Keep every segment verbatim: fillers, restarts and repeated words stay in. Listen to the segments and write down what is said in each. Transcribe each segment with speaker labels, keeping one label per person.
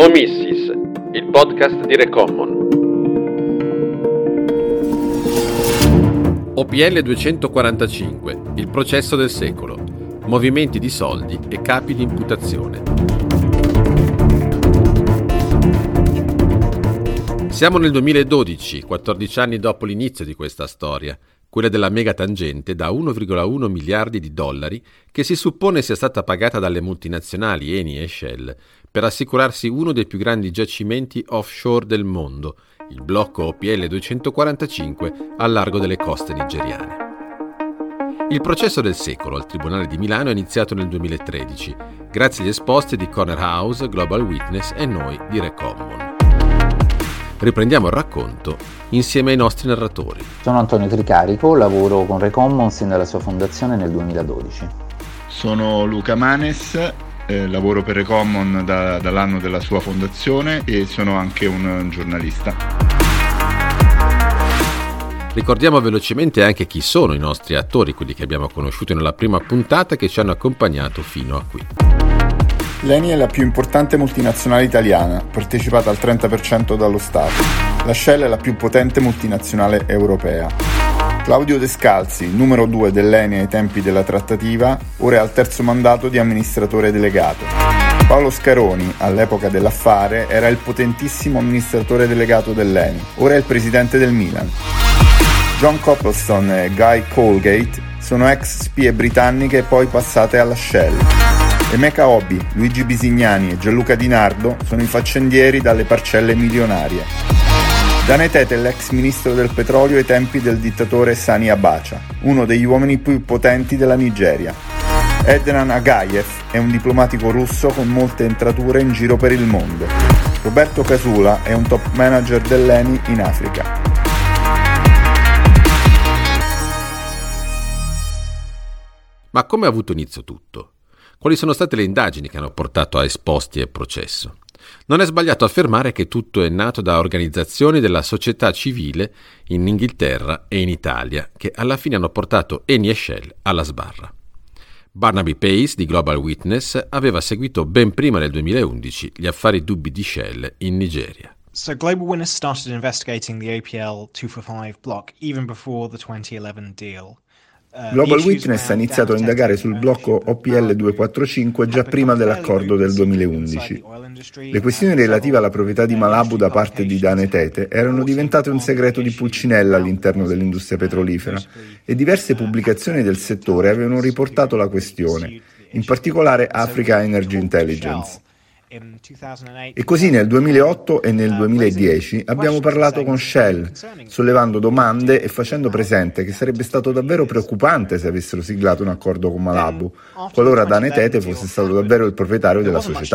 Speaker 1: Omissis, il podcast di Recommon. O P L duecentoquarantacinque, il processo del secolo. Movimenti di soldi e capi di imputazione. Siamo nel duemiladodici, quattordici anni dopo l'inizio di questa storia, quella della mega tangente da uno virgola uno miliardi di dollari che si suppone sia stata pagata dalle multinazionali Eni e Shell per assicurarsi uno dei più grandi giacimenti offshore del mondo, il blocco O P L duecentoquarantacinque al largo delle coste nigeriane. Il processo del secolo al Tribunale di Milano è iniziato nel duemilatredici, grazie agli esposti di Corner House, Global Witness e noi di Recommon. Riprendiamo il racconto insieme ai nostri narratori.
Speaker 2: Sono Antonio Tricarico, lavoro con Recommon sin dalla sua fondazione nel duemiladodici.
Speaker 3: Sono Luca Manes, eh, lavoro per Recommon da, dall'anno della sua fondazione e sono anche un giornalista.
Speaker 1: Ricordiamo velocemente anche chi sono i nostri attori, quelli che abbiamo conosciuto nella prima puntata che ci hanno accompagnato fino a qui.
Speaker 3: L'Eni è la più importante multinazionale italiana, partecipata al trenta per cento dallo Stato. La Shell è la più potente multinazionale europea. Claudio Descalzi, numero due dell'Eni ai tempi della trattativa, ora è al terzo mandato di amministratore delegato. Paolo Scaroni, all'epoca dell'affare, era il potentissimo amministratore delegato dell'Eni, ora è il presidente del Milan. John Copplestone e Guy Colgate sono ex spie britanniche poi passate alla Shell. Emeka Obi, Luigi Bisignani e Gianluca Di Nardo sono i faccendieri dalle parcelle milionarie. Dane Tete è l'ex ministro del petrolio ai tempi del dittatore Sani Abacha, uno degli uomini più potenti della Nigeria. Ednan Agayev è un diplomatico russo con molte entrature in giro per il mondo. Roberto Casula è un top manager dell'Eni in Africa.
Speaker 1: Ma come ha avuto inizio tutto? Quali sono state le indagini che hanno portato a esposti e processo? Non è sbagliato affermare che tutto è nato da organizzazioni della società civile in Inghilterra e in Italia, che alla fine hanno portato Eni e Shell alla sbarra. Barnaby Pace di Global Witness aveva seguito ben prima del duemilaundici gli affari dubbi di Shell in Nigeria.
Speaker 4: So Global Witness started investigating the O P L duecentoquarantacinque block even before the twenty eleven deal.
Speaker 3: Global Witness ha iniziato a indagare sul blocco O P L duecentoquarantacinque già prima dell'accordo del duemilaundici. Le questioni relative alla proprietà di Malabu da parte di Dane Tete erano diventate un segreto di Pulcinella all'interno dell'industria petrolifera e diverse pubblicazioni del settore avevano riportato la questione, in particolare Africa Energy Intelligence. E così nel duemilaotto e nel duemiladieci abbiamo parlato con Shell, sollevando domande e facendo presente che sarebbe stato davvero preoccupante se avessero siglato un accordo con Malabu, qualora Dane Tete fosse stato davvero il proprietario della società.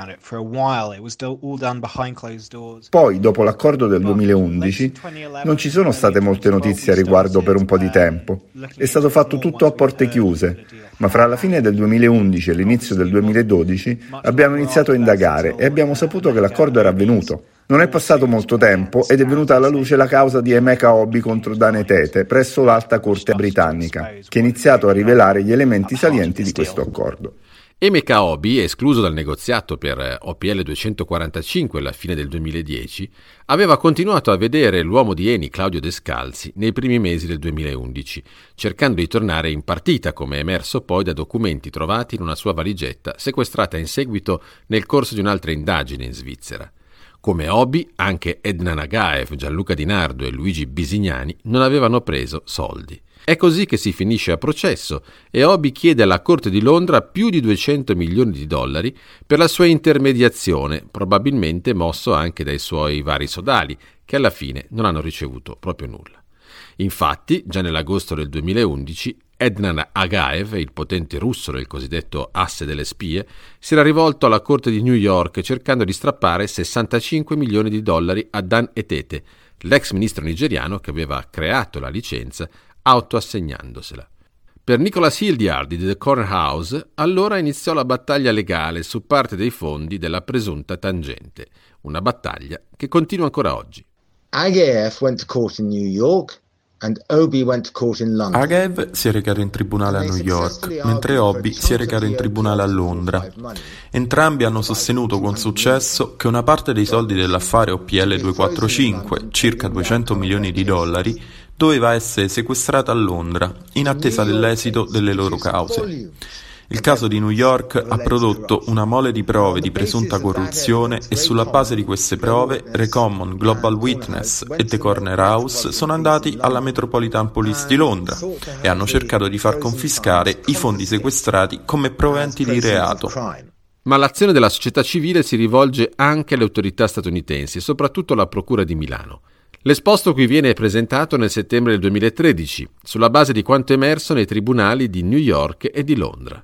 Speaker 3: Poi, dopo l'accordo del duemilaundici, non ci sono state molte notizie a riguardo per un po' di tempo. È stato fatto tutto a porte chiuse, ma fra la fine del duemilaundici e l'inizio del duemiladodici abbiamo iniziato a indagare e abbiamo saputo che l'accordo era avvenuto. Non è passato molto tempo ed è venuta alla luce la causa di Emeka Obi contro Dane Tete presso l'Alta Corte britannica, che ha iniziato a rivelare gli elementi salienti di questo accordo.
Speaker 1: Emeka Obi, escluso dal negoziato per O P L duecentoquarantacinque alla fine del duemiladieci, aveva continuato a vedere l'uomo di Eni Claudio Descalzi nei primi mesi del duemilaundici, cercando di tornare in partita, come è emerso poi da documenti trovati in una sua valigetta sequestrata in seguito nel corso di un'altra indagine in Svizzera. Come Obi, anche Ednan Agayev, Gianluca Di Nardo e Luigi Bisignani non avevano preso soldi. È così che si finisce a processo e Obi chiede alla Corte di Londra più di duecento milioni di dollari per la sua intermediazione, probabilmente mosso anche dai suoi vari sodali, che alla fine non hanno ricevuto proprio nulla. Infatti, già nell'agosto del duemilaundici, Ednan Agayev, il potente russo del cosiddetto asse delle spie, si era rivolto alla Corte di New York cercando di strappare sessantacinque milioni di dollari a Dan Tete, l'ex ministro nigeriano che aveva creato la licenza autoassegnandosela. Per Nicholas Hildyard di The Corner House, allora iniziò la battaglia legale su parte dei fondi della presunta tangente, una battaglia che continua ancora oggi.
Speaker 5: Agayev went to court in New York Agaev si è recato in tribunale a New York, mentre Obi si è recato in tribunale a Londra. Entrambi hanno sostenuto con successo che una parte dei soldi dell'affare O P L duecentoquarantacinque, circa duecento milioni di dollari, doveva essere sequestrata a Londra, in attesa dell'esito delle loro cause. Il caso di New York ha prodotto una mole di prove di presunta corruzione e sulla base di queste prove Recommon, Global Witness e The Corner House sono andati alla Metropolitan Police di Londra e hanno cercato di far confiscare i fondi sequestrati come proventi di reato.
Speaker 1: Ma l'azione della società civile si rivolge anche alle autorità statunitensi e soprattutto alla Procura di Milano. L'esposto qui viene presentato nel settembre del duemilatredici, sulla base di quanto emerso nei tribunali di New York e di Londra.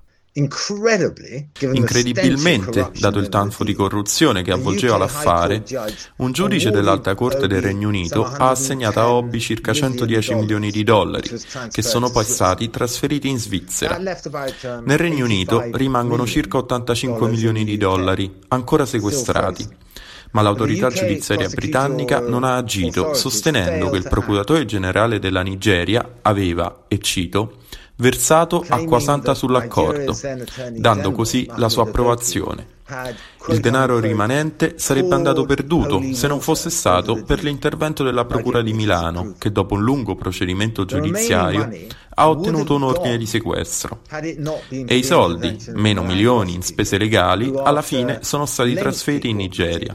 Speaker 5: Incredibilmente, dato il tanfo di corruzione che avvolgeva l'affare, un giudice dell'Alta Corte del Regno Unito ha assegnato a Obi circa centodieci milioni di dollari, che sono poi stati trasferiti in Svizzera. Nel Regno Unito rimangono circa ottantacinque milioni di dollari, ancora sequestrati. Ma l'autorità giudiziaria britannica non ha agito, sostenendo che il procuratore generale della Nigeria aveva, e cito, versato acqua santa sull'accordo, dando così la sua approvazione. Il denaro rimanente sarebbe andato perduto se non fosse stato per l'intervento della Procura di Milano, che dopo un lungo procedimento giudiziario ha ottenuto un ordine di sequestro. E i soldi, meno milioni in spese legali, alla fine sono stati trasferiti in Nigeria.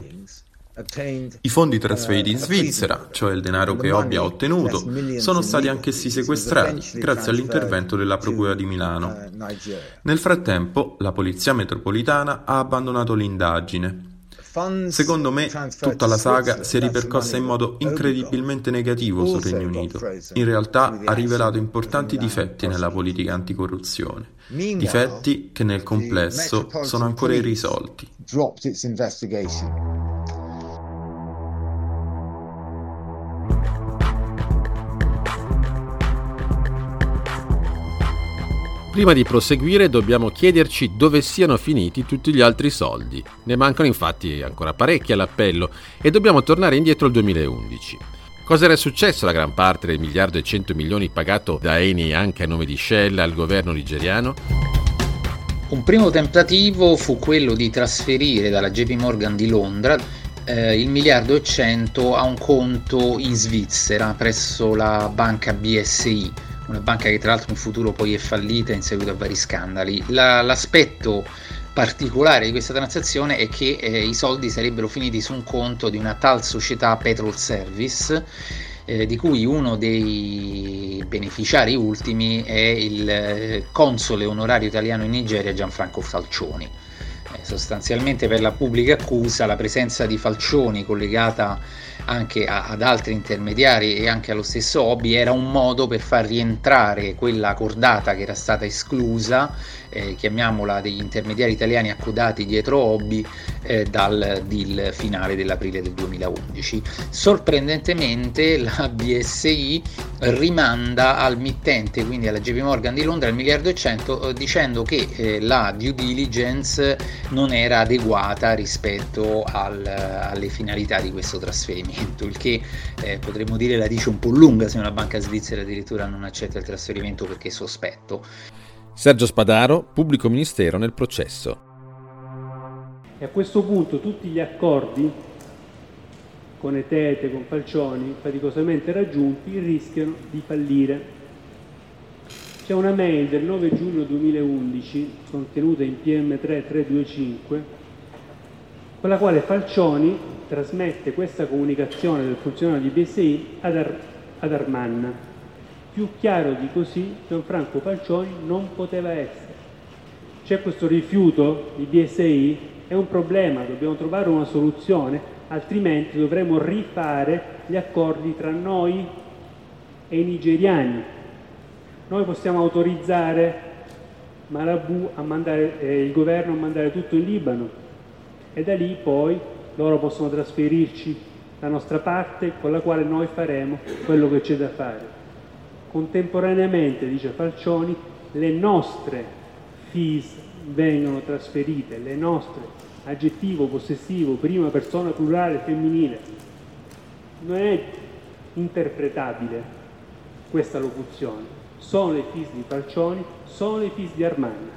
Speaker 5: I fondi trasferiti in Svizzera, cioè il denaro che Obi ha ottenuto, sono stati anch'essi sequestrati grazie all'intervento della Procura di Milano. Nel frattempo, la Polizia Metropolitana ha abbandonato l'indagine. Secondo me, tutta la saga si è ripercossa in modo incredibilmente negativo sul Regno Unito. In realtà ha rivelato importanti difetti nella politica anticorruzione, difetti che nel complesso sono ancora irrisolti.
Speaker 1: Prima di proseguire dobbiamo chiederci dove siano finiti tutti gli altri soldi. Ne mancano infatti ancora parecchi all'appello e dobbiamo tornare indietro al duemilaundici. Cosa era successo alla gran parte del miliardo e cento milioni pagato da Eni anche a nome di Shell al governo nigeriano?
Speaker 2: Un primo tentativo fu quello di trasferire dalla J P Morgan di Londra eh, il miliardo e cento a un conto in Svizzera presso la banca B S I, una banca che tra l'altro in futuro poi è fallita in seguito a vari scandali. La, l'aspetto particolare di questa transazione è che eh, i soldi sarebbero finiti su un conto di una tal società Petrol Service, eh, di cui uno dei beneficiari ultimi è il eh, console onorario italiano in Nigeria Gianfranco Falcioni. Eh, sostanzialmente per la pubblica accusa la presenza di Falcioni collegata anche a, ad altri intermediari e anche allo stesso Obi era un modo per far rientrare quella cordata che era stata esclusa, eh, chiamiamola degli intermediari italiani accodati dietro Obi, eh, dal deal finale dell'aprile del duemilaundici. Sorprendentemente la B S I rimanda al mittente, quindi alla J P Morgan di Londra, il miliardo e cento, eh, dicendo che eh, la due diligence non era adeguata rispetto al, alle finalità di questo trasferimento, il che eh, potremmo dire la dice un po' lunga se una banca svizzera addirittura non accetta il trasferimento perché è sospetto.
Speaker 1: Sergio Spadaro, pubblico ministero nel processo.
Speaker 6: E a questo punto tutti gli accordi con Etete, con Falcioni, faticosamente raggiunti, rischiano di fallire. C'è una mail del nove giugno duemilaundici, contenuta in P M tre trecentodventicinque, con la quale Falcioni trasmette questa comunicazione del funzionario di B S I ad, Ar- ad Arman. Più chiaro di così Gianfranco Falcioni non poteva essere. C'è questo rifiuto di B S I, è un problema, dobbiamo trovare una soluzione, altrimenti dovremo rifare gli accordi tra noi e i nigeriani. Noi possiamo autorizzare Malabù a mandare, eh, il governo a mandare tutto in Libano e da lì poi loro possono trasferirci la nostra parte con la quale noi faremo quello che c'è da fare. Contemporaneamente, dice Falcioni, le nostre fees vengono trasferite, le nostre, aggettivo possessivo, prima persona plurale femminile. Non è interpretabile. questa locuzione. Sono le F I S di Falcioni, sono le F I S di Armanna.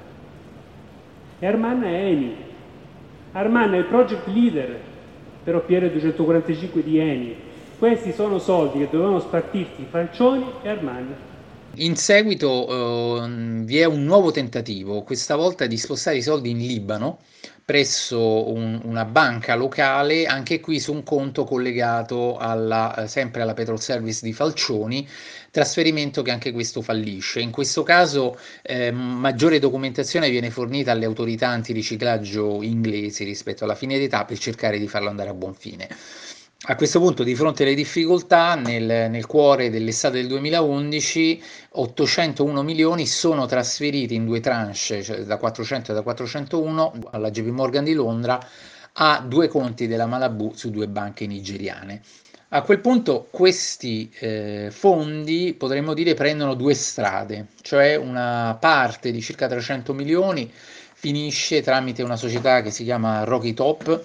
Speaker 6: E Armanna è Eni. Armanna è il project leader per O P L duecentoquarantacinque di Eni. Questi sono soldi che dovevano spartirsi Falcioni e Armanna.
Speaker 2: In seguito eh, vi è un nuovo tentativo, questa volta di spostare i soldi in Libano presso un, una banca locale, anche qui su un conto collegato alla, sempre alla Petrol Service di Falcioni, trasferimento che anche questo fallisce. In questo caso eh, maggiore documentazione viene fornita alle autorità antiriciclaggio inglesi rispetto alla fine d'età per cercare di farlo andare a buon fine. A questo punto, di fronte alle difficoltà, nel, nel cuore dell'estate del duemilaundici, ottocentouno milioni sono trasferiti in due tranche, cioè da quattrocento e da quattrocentouno, alla J P Morgan di Londra, a due conti della Malabù su due banche nigeriane. A quel punto questi eh, fondi, potremmo dire, prendono due strade, cioè una parte di circa trecento milioni finisce tramite una società che si chiama Rocky Top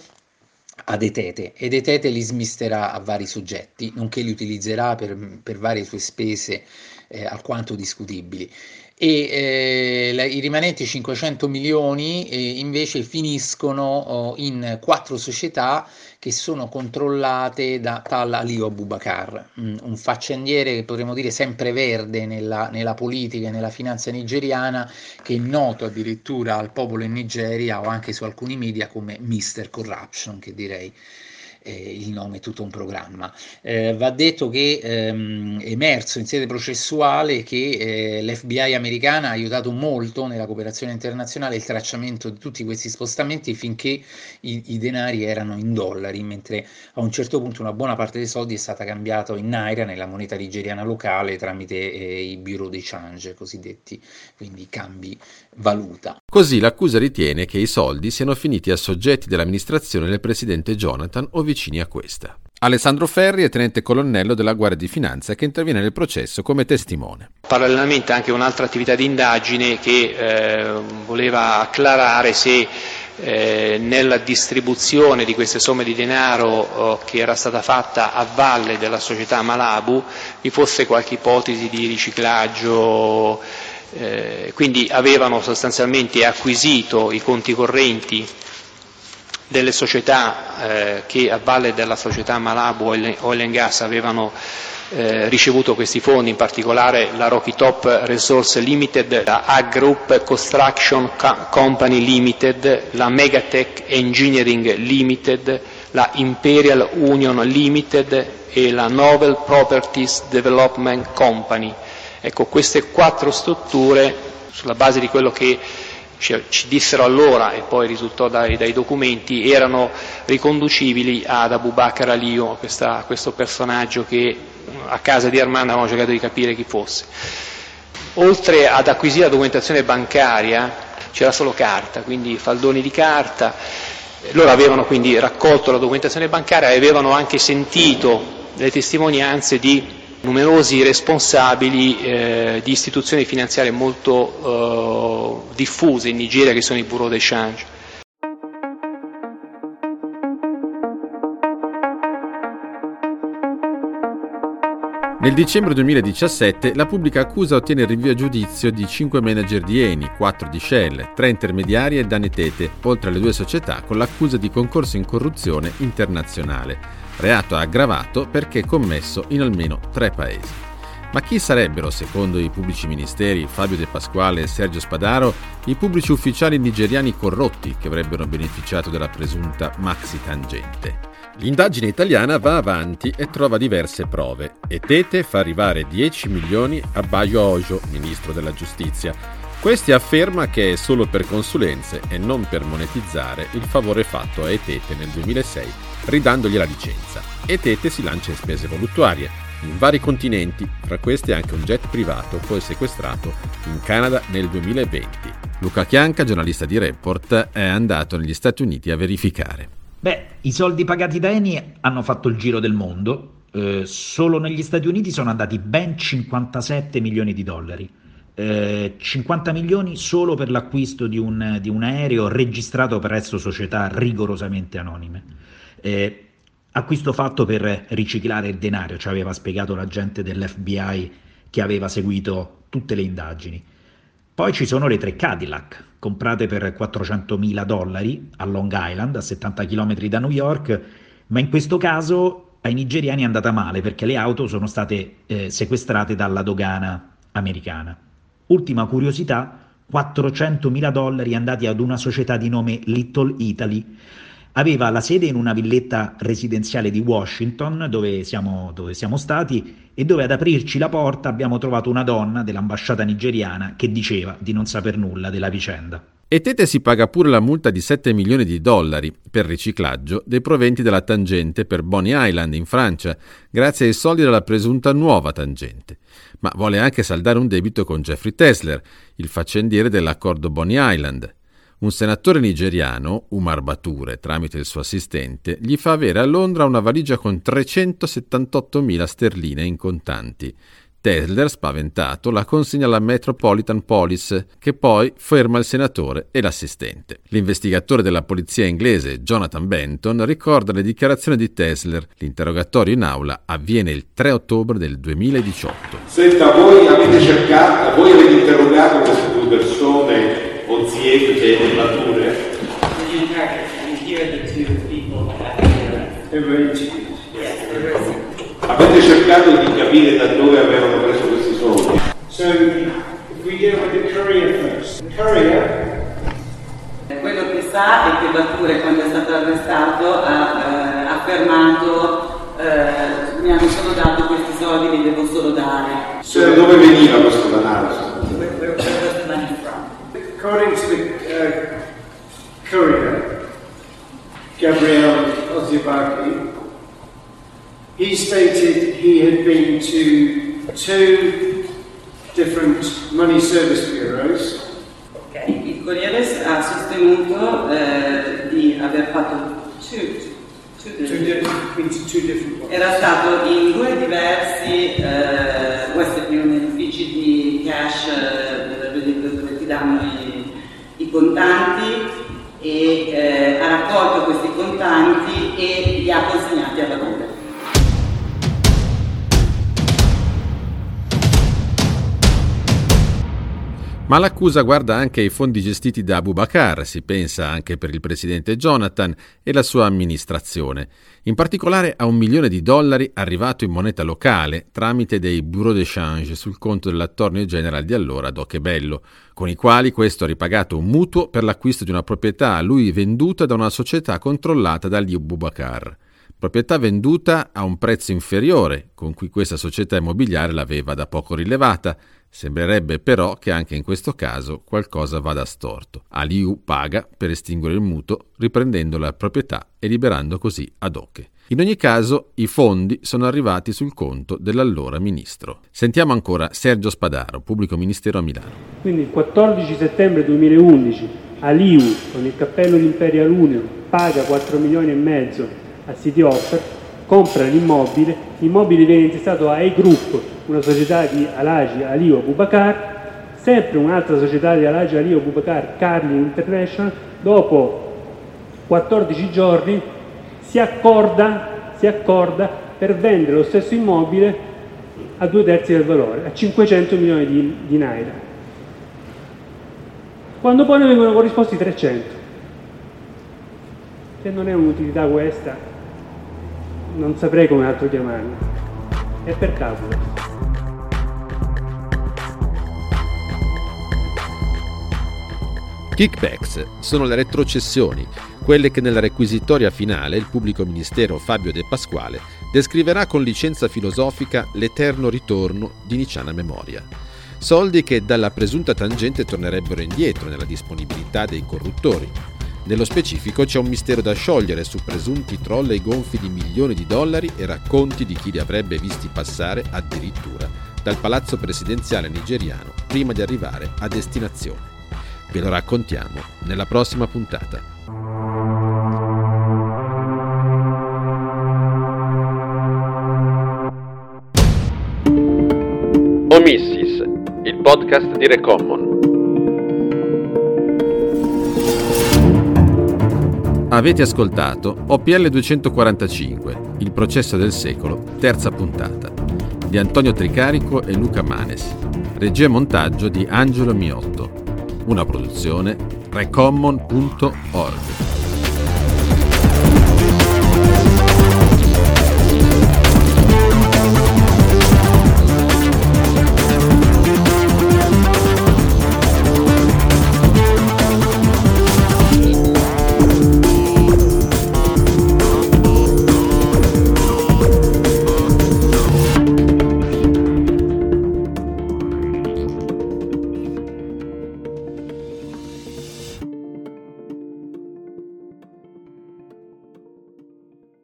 Speaker 2: ad Etete, ed Etete li smisterà a vari soggetti, nonché li utilizzerà per, per varie sue spese eh, alquanto discutibili. E eh, la, i rimanenti cinquecento milioni eh, invece finiscono oh, in quattro società che sono controllate da tal Ali Abubakar, mm, un faccendiere che potremmo dire sempreverde nella, nella politica e nella finanza nigeriana, che è noto addirittura al popolo in Nigeria o anche su alcuni media come mister Corruption, che direi Eh, il nome è tutto un programma. Eh, va detto che ehm, è emerso in sede processuale che eh, l'F B I americana ha aiutato molto nella cooperazione internazionale il tracciamento di tutti questi spostamenti finché i, i denari erano in dollari, mentre a un certo punto una buona parte dei soldi è stata cambiata in naira, nella moneta nigeriana locale, tramite eh, i bureau de change cosiddetti, quindi i cambi valuta.
Speaker 1: Così l'accusa ritiene che i soldi siano finiti a soggetti dell'amministrazione del presidente Jonathan o vicini a questa. Alessandro Ferri è tenente colonnello della Guardia di Finanza che interviene nel processo come testimone.
Speaker 7: Parallelamente anche un'altra attività di indagine che eh, voleva acclarare se eh, nella distribuzione di queste somme di denaro eh, che era stata fatta a valle della società Malabu vi fosse qualche ipotesi di riciclaggio. Eh, quindi avevano sostanzialmente acquisito i conti correnti delle società eh, che a valle della società Malabu Oil and Gas avevano eh, ricevuto questi fondi, in particolare la Rocky Top Resource Limited, la A Group Construction Company Limited, la Megatech Engineering Limited, la Imperial Union Limited e la Novel Properties Development Company. Ecco, queste quattro strutture, sulla base di quello che ci, ci dissero allora e poi risultò dai, dai documenti, erano riconducibili ad Abubakar Aliyu, questa, questo personaggio che a casa di Armanna avevamo cercato di capire chi fosse. Oltre ad acquisire la documentazione bancaria c'era solo carta, quindi faldoni di carta. Loro avevano quindi raccolto la documentazione bancaria e avevano anche sentito le testimonianze di numerosi responsabili eh, di istituzioni finanziarie molto eh, diffuse in Nigeria, che sono i bureau de change.
Speaker 1: Nel dicembre duemiladiciassette la pubblica accusa ottiene il rinvio a giudizio di cinque manager di Eni, quattro di Shell, tre intermediari e Danetete, oltre alle due società con l'accusa di concorso in corruzione internazionale, reato aggravato perché commesso in almeno tre paesi. Ma chi sarebbero, secondo i pubblici ministeri Fabio De Pasquale e Sergio Spadaro, i pubblici ufficiali nigeriani corrotti che avrebbero beneficiato della presunta maxi tangente? L'indagine italiana va avanti e trova diverse prove. Etete fa arrivare dieci milioni a Bayo Ojo, ministro della giustizia. Questi afferma che è solo per consulenze e non per monetizzare il favore fatto a Etete nel duemilasei, ridandogli la licenza. Etete si lancia in spese voluttuarie in vari continenti, fra questi anche un jet privato poi sequestrato in Canada nel duemilaventi. Luca Chianca, giornalista di Report, è andato negli Stati Uniti a verificare.
Speaker 8: Beh, i soldi pagati da Eni hanno fatto il giro del mondo. Eh, solo negli Stati Uniti sono andati ben cinquantasette milioni di dollari. Eh, cinquanta milioni solo per l'acquisto di un, di un aereo registrato presso società rigorosamente anonime. Eh, acquisto fatto per riciclare il denaro, ci aveva spiegato l'agente dell'F B I che aveva seguito tutte le indagini. Poi ci sono le tre Cadillac, comprate per quattrocentomila dollari a Long Island, a settanta chilometri da New York, ma in questo caso ai nigeriani è andata male perché le auto sono state eh, sequestrate dalla dogana americana. Ultima curiosità, quattrocentomila dollari andati ad una società di nome Little Italy. Aveva la sede in una villetta residenziale di Washington, dove siamo, dove siamo stati, e dove ad aprirci la porta abbiamo trovato una donna dell'ambasciata nigeriana che diceva di non saper nulla della vicenda.
Speaker 1: E Tete si paga pure la multa di sette milioni di dollari per riciclaggio dei proventi della tangente per Bonny Island in Francia, grazie ai soldi della presunta nuova tangente. Ma vuole anche saldare un debito con Jeffrey Tesler, il faccendiere dell'accordo Bonny Island. Un senatore nigeriano, Umar Bature, tramite il suo assistente, gli fa avere a Londra una valigia con trecentosettantottomila sterline in contanti. Tesler, spaventato, la consegna alla Metropolitan Police, che poi ferma il senatore e l'assistente. L'investigatore della polizia inglese, Jonathan Benton, ricorda le dichiarazioni di Tesler. L'interrogatorio in aula avviene il tre ottobre del duemiladiciotto.
Speaker 9: Senta, voi avete cercato, voi avete interrogato queste due persone, Oziek e Bature? Avete cercato di capire da dove avevano preso questi soldi?
Speaker 10: So, if we deal with the courier first. The courier.
Speaker 11: Quello che sa è che Bature, quando è stato arrestato, ha eh, affermato eh, mi hanno solo dato questi soldi, li devo solo dare.
Speaker 9: So, da dove veniva questo denaro?
Speaker 10: According to the uh, courier, Gabriel Oziabaki, he stated he had been to two different money service bureaus.
Speaker 11: Okay. Il Corriere ha sostenuto eh, di aver fatto two, two, two, different,
Speaker 10: two different
Speaker 11: era stato in due diversi eh, questi uffici di cash eh, dove ti danno i, i contanti e eh, ha raccolto questi contanti e li ha consegnati alla Bature.
Speaker 1: Ma l'accusa guarda anche ai fondi gestiti da Abu Bakr, si pensa anche per il presidente Jonathan e la sua amministrazione, in particolare a un milione di dollari arrivato in moneta locale tramite dei bureau d'échange sul conto dell'attorney general di allora Doc Bello, con i quali questo ha ripagato un mutuo per l'acquisto di una proprietà a lui venduta da una società controllata da Abu Bakr. Proprietà venduta a un prezzo inferiore, con cui questa società immobiliare l'aveva da poco rilevata. Sembrerebbe però che anche in questo caso qualcosa vada storto. Aliu paga per estinguere il mutuo, riprendendo la proprietà e liberando così Adoche. In ogni caso, i fondi sono arrivati sul conto dell'allora ministro. Sentiamo ancora Sergio Spadaro, pubblico ministero a Milano.
Speaker 6: Quindi il quattordici settembre duemilaundici Aliu, con il cappello di Imperial Union, paga quattro milioni e mezzo a City Offer, compra l'immobile, l'immobile viene intestato a E-Group, una società di Alhaji Aliu Abu Bakr, sempre un'altra società di Alhaji Aliu Abu Bakr, Carlin International. Dopo quattordici giorni si accorda, si accorda per vendere lo stesso immobile a due terzi del valore, a cinquecento milioni di, di naira, quando poi ne vengono corrisposti trecento. Se non è un'utilità questa, non saprei come altro chiamarla. È per calcolo.
Speaker 1: Kickbacks sono le retrocessioni, quelle che nella requisitoria finale il pubblico ministero Fabio De Pasquale descriverà con licenza filosofica l'eterno ritorno di Niciana Memoria. Soldi che dalla presunta tangente tornerebbero indietro nella disponibilità dei corruttori. Nello specifico c'è un mistero da sciogliere su presunti trolley gonfi di milioni di dollari e racconti di chi li avrebbe visti passare addirittura dal palazzo presidenziale nigeriano prima di arrivare a destinazione. Ve lo raccontiamo nella prossima puntata. Omissis, il podcast di Recommon. Avete ascoltato O P L duecentoquarantacinque, il processo del secolo, terza puntata. di Antonio Tricarico e Luca Manes. Regia e montaggio di Angelo Miotto. Una produzione recommon punto org.